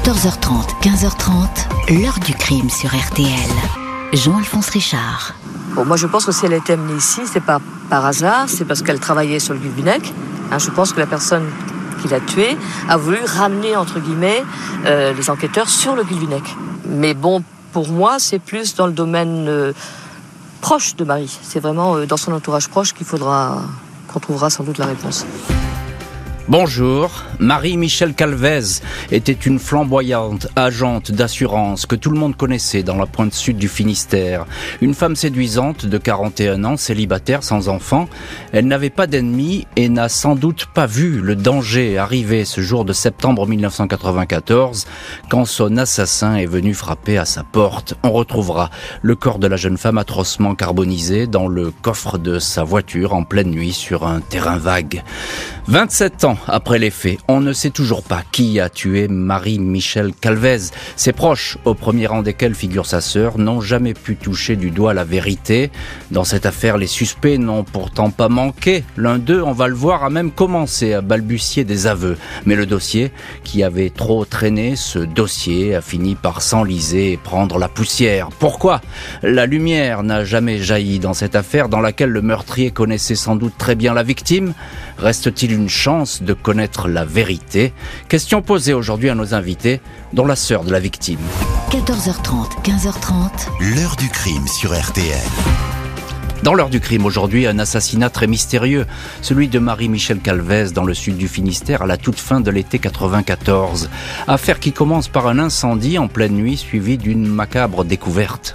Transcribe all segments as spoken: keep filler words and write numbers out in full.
quatorze heures trente, quinze heures trente, l'heure du crime sur R T L. Jean-Alphonse Richard. Bon, moi je pense que si elle a été amenée ici, c'est pas par hasard, c'est parce qu'elle travaillait sur le Guilvinec. Hein, je pense que la personne qui l'a tuée a voulu ramener, entre guillemets, euh, les enquêteurs sur le Guilvinec. Mais bon, pour moi, c'est plus dans le domaine euh, proche de Marie. C'est vraiment euh, dans son entourage proche qu'il faudra, qu'on trouvera sans doute la réponse. Bonjour, Marie-Michel Calvez était une flamboyante agente d'assurance que tout le monde connaissait dans la pointe sud du Finistère. Une femme séduisante de quarante et un ans, célibataire, sans enfant. Elle n'avait pas d'ennemis et n'a sans doute pas vu le danger arriver ce jour de septembre mille neuf cent quatre-vingt-quatorze quand son assassin est venu frapper à sa porte. On retrouvera le corps de la jeune femme atrocement carbonisé dans le coffre de sa voiture en pleine nuit sur un terrain vague. vingt-sept ans après les faits, on ne sait toujours pas qui a tué Marie-Michel Calvez. Ses proches, au premier rang desquels figure sa sœur, n'ont jamais pu toucher du doigt la vérité. Dans cette affaire, les suspects n'ont pourtant pas manqué. L'un d'eux, on va le voir, a même commencé à balbutier des aveux. Mais le dossier, qui avait trop traîné, ce dossier a fini par s'enliser et prendre la poussière. Pourquoi ? La lumière n'a jamais jailli dans cette affaire dans laquelle le meurtrier connaissait sans doute très bien la victime. Reste-t-il une chance de connaître la vérité ? Question posée aujourd'hui à nos invités, dont la sœur de la victime. quatorze heures trente, quinze heures trente. L'heure du crime sur R T L. Dans l'heure du crime aujourd'hui, un assassinat très mystérieux, celui de Marie-Michel Calvez dans le sud du Finistère à la toute fin de l'été quatre-vingt-quatorze. Affaire qui commence par un incendie en pleine nuit suivi d'une macabre découverte.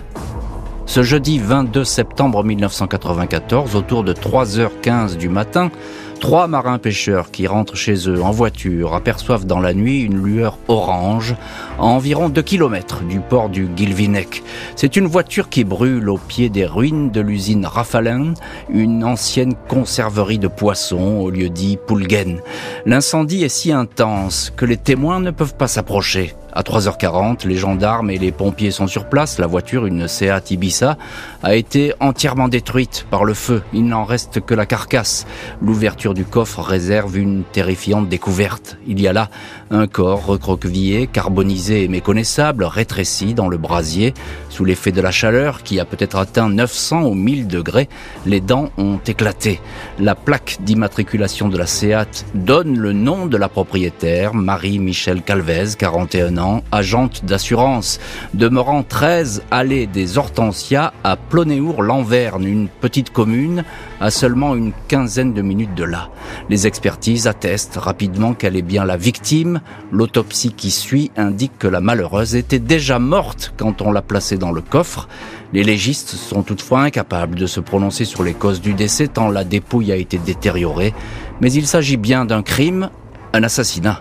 Ce jeudi vingt-deux septembre mille neuf cent quatre-vingt-quatorze, autour de trois heures quinze du matin, trois marins pêcheurs qui rentrent chez eux en voiture aperçoivent dans la nuit une lueur orange à environ deux kilomètres du port du Guilvinec. C'est une voiture qui brûle au pied des ruines de l'usine Raffalen, une ancienne conserverie de poissons au lieu-dit Poulgen. L'incendie est si intense que les témoins ne peuvent pas s'approcher. À trois heures quarante, les gendarmes et les pompiers sont sur place. La voiture, une Seat Ibiza, a été entièrement détruite par le feu. Il n'en reste que la carcasse. L'ouverture du coffre réserve une terrifiante découverte. Il y a là un corps recroquevillé, carbonisé et méconnaissable, rétréci dans le brasier. Sous l'effet de la chaleur, qui a peut-être atteint neuf cents ou mille degrés, les dents ont éclaté. La plaque d'immatriculation de la Seat donne le nom de la propriétaire, Marie-Michel Calvez, quarante et un ans, agente d'assurance, demeurant treize allée des Hortensias à Plonéour-Lanverne, une petite commune à seulement une quinzaine de minutes de là. Les expertises attestent rapidement qu'elle est bien la victime. L'autopsie qui suit indique que la malheureuse était déjà morte quand on l'a placée dans le coffre. Les légistes sont toutefois incapables de se prononcer sur les causes du décès tant la dépouille a été détériorée. Mais il s'agit bien d'un crime, un assassinat.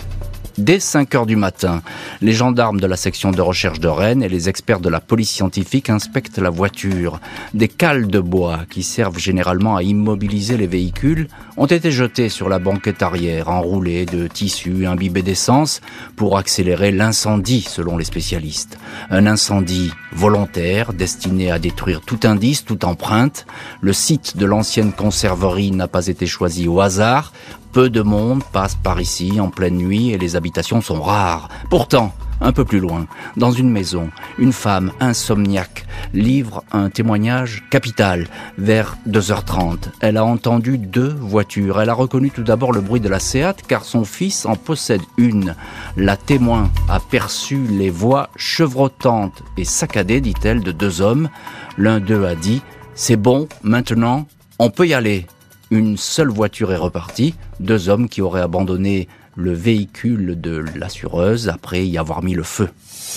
Dès cinq heures du matin, les gendarmes de la section de recherche de Rennes et les experts de la police scientifique inspectent la voiture. Des cales de bois, qui servent généralement à immobiliser les véhicules, ont été jetées sur la banquette arrière, enroulées de tissus imbibés d'essence pour accélérer l'incendie, selon les spécialistes. Un incendie volontaire, destiné à détruire tout indice, toute empreinte. Le site de l'ancienne conserverie n'a pas été choisi au hasard. Peu de monde passe par ici en pleine nuit et les habitations sont rares. Pourtant, un peu plus loin, dans une maison, une femme insomniaque livre un témoignage capital. Vers deux heures trente, elle a entendu deux voitures. Elle a reconnu tout d'abord le bruit de la Seat car son fils en possède une. La témoin a perçu les voix chevrotantes et saccadées, dit-elle, de deux hommes. L'un d'eux a dit « C'est bon, maintenant, on peut y aller ». Une seule voiture est repartie, deux hommes qui auraient abandonné le véhicule de l'assureuse après y avoir mis le feu.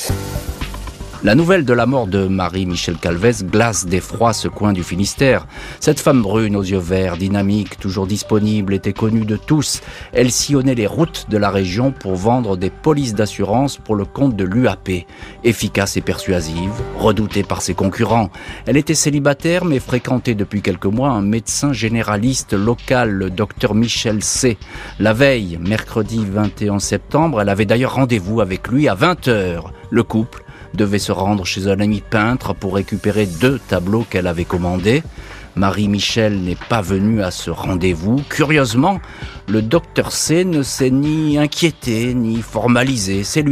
La nouvelle de la mort de Marie-Michel Calvez glace d'effroi ce coin du Finistère. Cette femme brune aux yeux verts, dynamique, toujours disponible, était connue de tous. Elle sillonnait les routes de la région pour vendre des polices d'assurance pour le compte de l'U A P. Efficace et persuasive, redoutée par ses concurrents. Elle était célibataire mais fréquentait depuis quelques mois un médecin généraliste local, le docteur Michel C. La veille, mercredi vingt et un septembre, elle avait d'ailleurs rendez-vous avec lui à vingt heures. Le couple devait se rendre chez un ami peintre pour récupérer deux tableaux qu'elle avait commandés. Marie-Michel n'est pas venue à ce rendez-vous. Curieusement, le docteur C ne s'est ni inquiété ni formalisé. C'est lui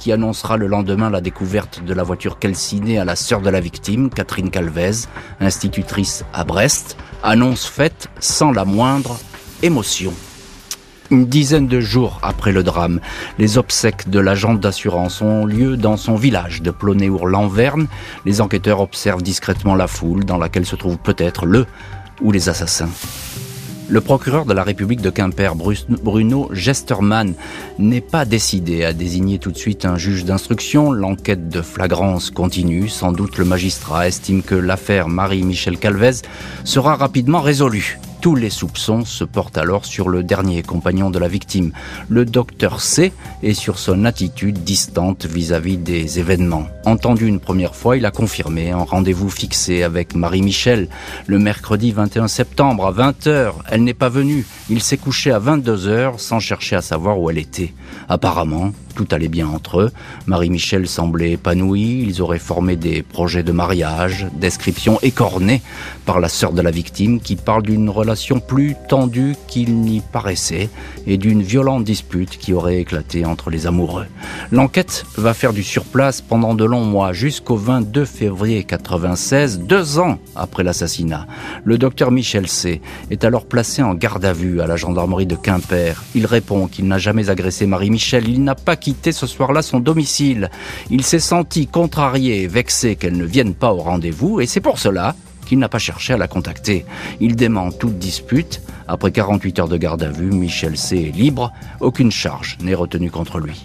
qui annoncera le lendemain la découverte de la voiture calcinée à la sœur de la victime, Catherine Calvez, institutrice à Brest. Annonce faite sans la moindre émotion. Une dizaine de jours après le drame, les obsèques de l'agent d'assurance ont lieu dans son village de Plonéour-Lanverne. Les enquêteurs observent discrètement la foule dans laquelle se trouvent peut-être le ou les assassins. Le procureur de la République de Quimper, Bruno Gestermann, n'est pas décidé à désigner tout de suite un juge d'instruction. L'enquête de flagrance continue. Sans doute le magistrat estime que l'affaire Marie-Michel Calvez sera rapidement résolue. Tous les soupçons se portent alors sur le dernier compagnon de la victime, le docteur C, et sur son attitude distante vis-à-vis des événements. Entendu une première fois, il a confirmé un rendez-vous fixé avec Marie-Michel le mercredi vingt et un septembre à vingt heures. Elle n'est pas venue. Il s'est couché à vingt-deux heures sans chercher à savoir où elle était. Apparemment, tout allait bien entre eux. Marie-Michel semblait épanouie. Ils auraient formé des projets de mariage, description écornée par la sœur de la victime qui parle d'une relation plus tendue qu'il n'y paraissait et d'une violente dispute qui aurait éclaté entre les amoureux. L'enquête va faire du surplace pendant de longs mois, jusqu'au vingt-deux février quatre-vingt-seize, deux ans après l'assassinat. Le docteur Michel C. est alors placé en garde à vue à la gendarmerie de Quimper. Il répond qu'il n'a jamais agressé Marie-Michel. Il n'a pas quitté ce soir-là son domicile. Il s'est senti contrarié et vexé qu'elle ne vienne pas au rendez-vous, et c'est pour cela qu'il n'a pas cherché à la contacter. Il dément toute dispute. Après quarante-huit heures de garde à vue, Michel C. est libre. Aucune charge n'est retenue contre lui.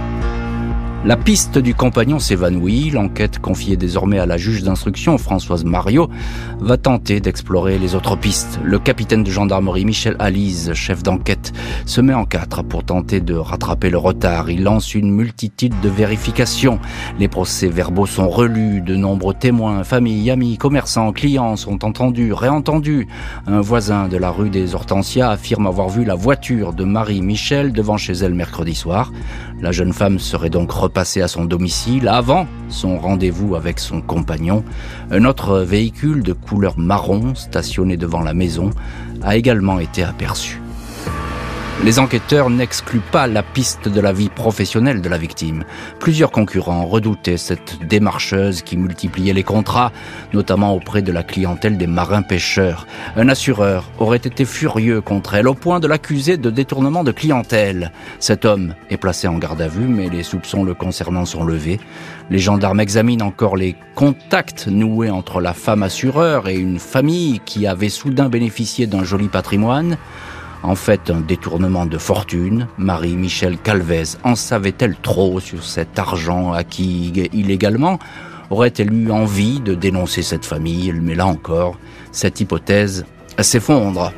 La piste du compagnon s'évanouit. L'enquête confiée désormais à la juge d'instruction, Françoise Mariot, va tenter d'explorer les autres pistes. Le capitaine de gendarmerie, Michel Alise, chef d'enquête, se met en quatre pour tenter de rattraper le retard. Il lance une multitude de vérifications. Les procès-verbaux sont relus. De nombreux témoins, familles, amis, commerçants, clients sont entendus, réentendus. Un voisin de la rue des Hortensias affirme avoir vu la voiture de Marie-Michel devant chez elle mercredi soir. La jeune femme serait donc repassée à son domicile avant son rendez-vous avec son compagnon. Un autre véhicule de couleur marron stationné devant la maison a également été aperçu. Les enquêteurs n'excluent pas la piste de la vie professionnelle de la victime. Plusieurs concurrents redoutaient cette démarcheuse qui multipliait les contrats, notamment auprès de la clientèle des marins-pêcheurs. Un assureur aurait été furieux contre elle, au point de l'accuser de détournement de clientèle. Cet homme est placé en garde à vue, mais les soupçons le concernant sont levés. Les gendarmes examinent encore les contacts noués entre la femme assureur et une famille qui avait soudain bénéficié d'un joli patrimoine. En fait, un détournement de fortune. Marie-Michel Calvez en savait-elle trop sur cet argent acquis illégalement ? Aurait-elle eu envie de dénoncer cette famille ? Mais là encore, cette hypothèse s'effondre.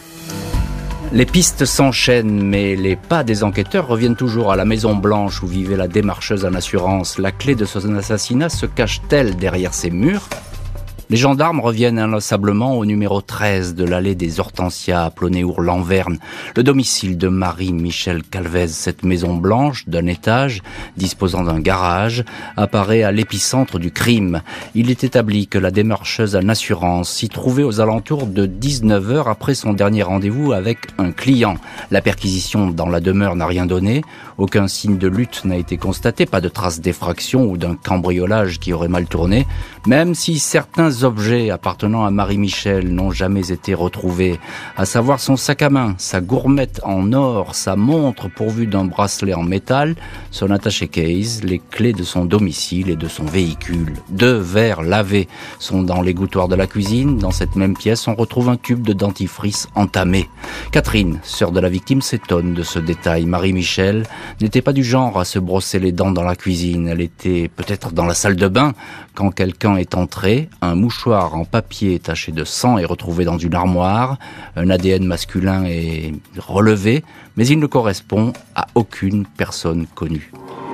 Les pistes s'enchaînent, mais les pas des enquêteurs reviennent toujours à la Maison Blanche où vivait la démarcheuse en assurance. La clé de son assassinat se cache-t-elle derrière ces murs ? Les gendarmes reviennent inlassablement au numéro treize de l'allée des Hortensias à Plonéour-Lanverne, le domicile de Marie-Michel Calvez. Cette maison blanche d'un étage, disposant d'un garage, apparaît à l'épicentre du crime. Il est établi que la démarcheuse en assurance s'y trouvait aux alentours de dix-neuf heures après son dernier rendez-vous avec un client. La perquisition dans la demeure n'a rien donné. Aucun signe de lutte n'a été constaté, pas de traces d'effraction ou d'un cambriolage qui aurait mal tourné, même si certains objets appartenant à Marie-Michel n'ont jamais été retrouvés, à savoir son sac à main, sa gourmette en or, sa montre pourvue d'un bracelet en métal, son attaché case, les clés de son domicile et de son véhicule. Deux verres lavés sont dans l'égouttoir de la cuisine. Dans cette même pièce, on retrouve un tube de dentifrice entamé. Catherine, sœur de la victime, s'étonne de ce détail. Marie-Michel n'était pas du genre à se brosser les dents dans la cuisine. Elle était peut-être dans la salle de bain quand quelqu'un est entré. Un mouchoir en papier taché de sang est retrouvé dans une armoire. Un A D N masculin est relevé, mais il ne correspond à aucune personne connue.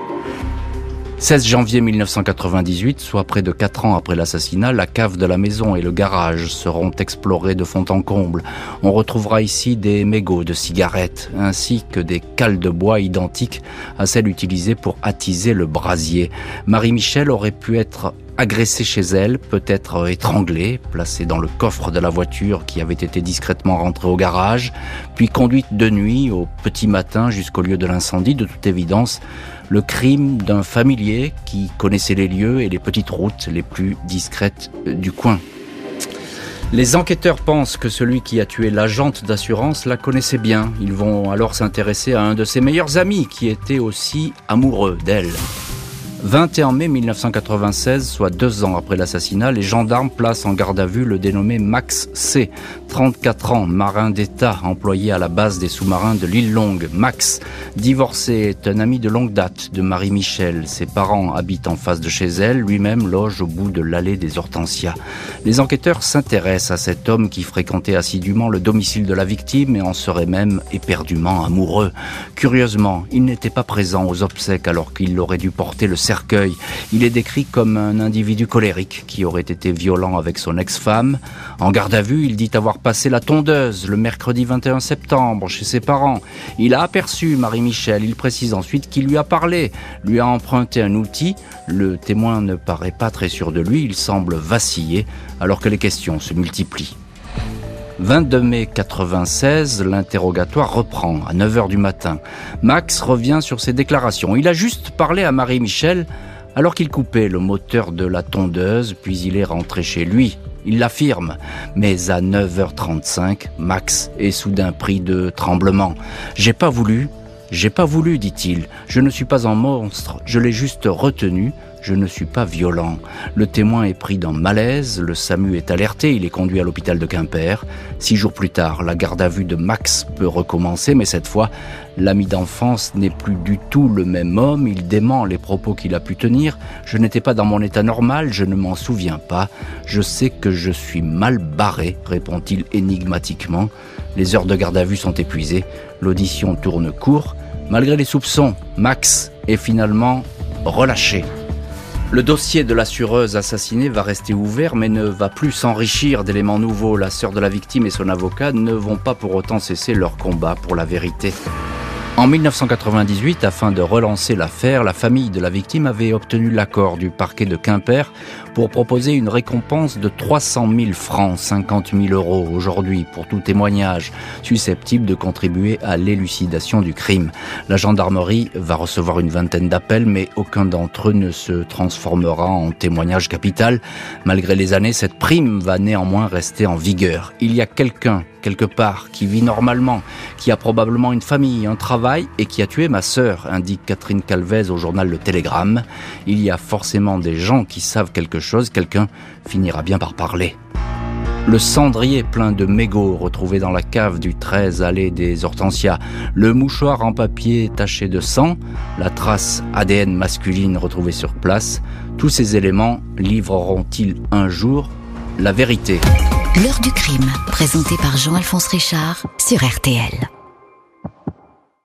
seize janvier mille neuf cent quatre-vingt-dix-huit, soit près de quatre ans après l'assassinat, la cave de la maison et le garage seront explorés de fond en comble. On retrouvera ici des mégots de cigarettes, ainsi que des cales de bois identiques à celles utilisées pour attiser le brasier. Marie-Michel aurait pu être agressé chez elle, peut-être étranglée, placée dans le coffre de la voiture qui avait été discrètement rentrée au garage, puis conduite de nuit au petit matin jusqu'au lieu de l'incendie. De toute évidence, le crime d'un familier qui connaissait les lieux et les petites routes les plus discrètes du coin. Les enquêteurs pensent que celui qui a tué l'agente d'assurance la connaissait bien. Ils vont alors s'intéresser à un de ses meilleurs amis qui était aussi amoureux d'elle. vingt et un mai mille neuf cent quatre-vingt-seize, soit deux ans après l'assassinat, les gendarmes placent en garde à vue le dénommé Max C, trente-quatre ans, marin d'État, employé à la base des sous-marins de l'île Longue. Max, divorcé, est un ami de longue date de Marie-Michel. Ses parents habitent en face de chez elle, lui-même loge au bout de l'allée des Hortensias. Les enquêteurs s'intéressent à cet homme qui fréquentait assidûment le domicile de la victime et en serait même éperdument amoureux. Curieusement, il n'était pas présent aux obsèques alors qu'il aurait dû porter le cercueil. Il est décrit comme un individu colérique qui aurait été violent avec son ex-femme. En garde à vue, il dit avoir passé la tondeuse le mercredi vingt et un septembre chez ses parents. Il a aperçu Marie-Michel. Il précise ensuite qu'il lui a parlé, lui a emprunté un outil. Le témoin ne paraît pas très sûr de lui. Il semble vaciller alors que les questions se multiplient. vingt-deux mai quatre-vingt-seize, l'interrogatoire reprend à neuf heures du matin. Max revient sur ses déclarations. Il a juste parlé à Marie-Michel alors qu'il coupait le moteur de la tondeuse, puis il est rentré chez lui. Il l'affirme. Mais à neuf heures trente-cinq, Max est soudain pris de tremblement. « J'ai pas voulu, j'ai pas voulu, dit-il. Je ne suis pas un monstre, je l'ai juste retenu. Je ne suis pas violent. » Le témoin est pris d'un malaise, le SAMU est alerté, il est conduit à l'hôpital de Quimper. Six jours plus tard, la garde à vue de Max peut recommencer, mais cette fois, l'ami d'enfance n'est plus du tout le même homme, il dément les propos qu'il a pu tenir. « Je n'étais pas dans mon état normal, je ne m'en souviens pas. Je sais que je suis mal barré », répond-il énigmatiquement. Les heures de garde à vue sont épuisées, l'audition tourne court. Malgré les soupçons, Max est finalement relâché. Le dossier de l'assureuse assassinée va rester ouvert mais ne va plus s'enrichir d'éléments nouveaux. La sœur de la victime et son avocat ne vont pas pour autant cesser leur combat pour la vérité. En mille neuf cent quatre-vingt-dix-huit, afin de relancer l'affaire, la famille de la victime avait obtenu l'accord du parquet de Quimper pour proposer une récompense de trois cent mille francs, cinquante mille euros aujourd'hui, pour tout témoignage susceptible de contribuer à l'élucidation du crime. La gendarmerie va recevoir une vingtaine d'appels, mais aucun d'entre eux ne se transformera en témoignage capital. Malgré les années, cette prime va néanmoins rester en vigueur. Il y a quelqu'un quelque part, qui vit normalement, qui a probablement une famille, un travail et qui a tué ma sœur, indique Catherine Calvez au journal Le Télégramme. Il y a forcément des gens qui savent quelque chose, quelqu'un finira bien par parler. Le cendrier plein de mégots retrouvé dans la cave du treize allée des Hortensias, le mouchoir en papier taché de sang, la trace A D N masculine retrouvée sur place, tous ces éléments livreront-ils un jour la vérité ? L'heure du crime, présenté par Jean-Alphonse Richard sur R T L.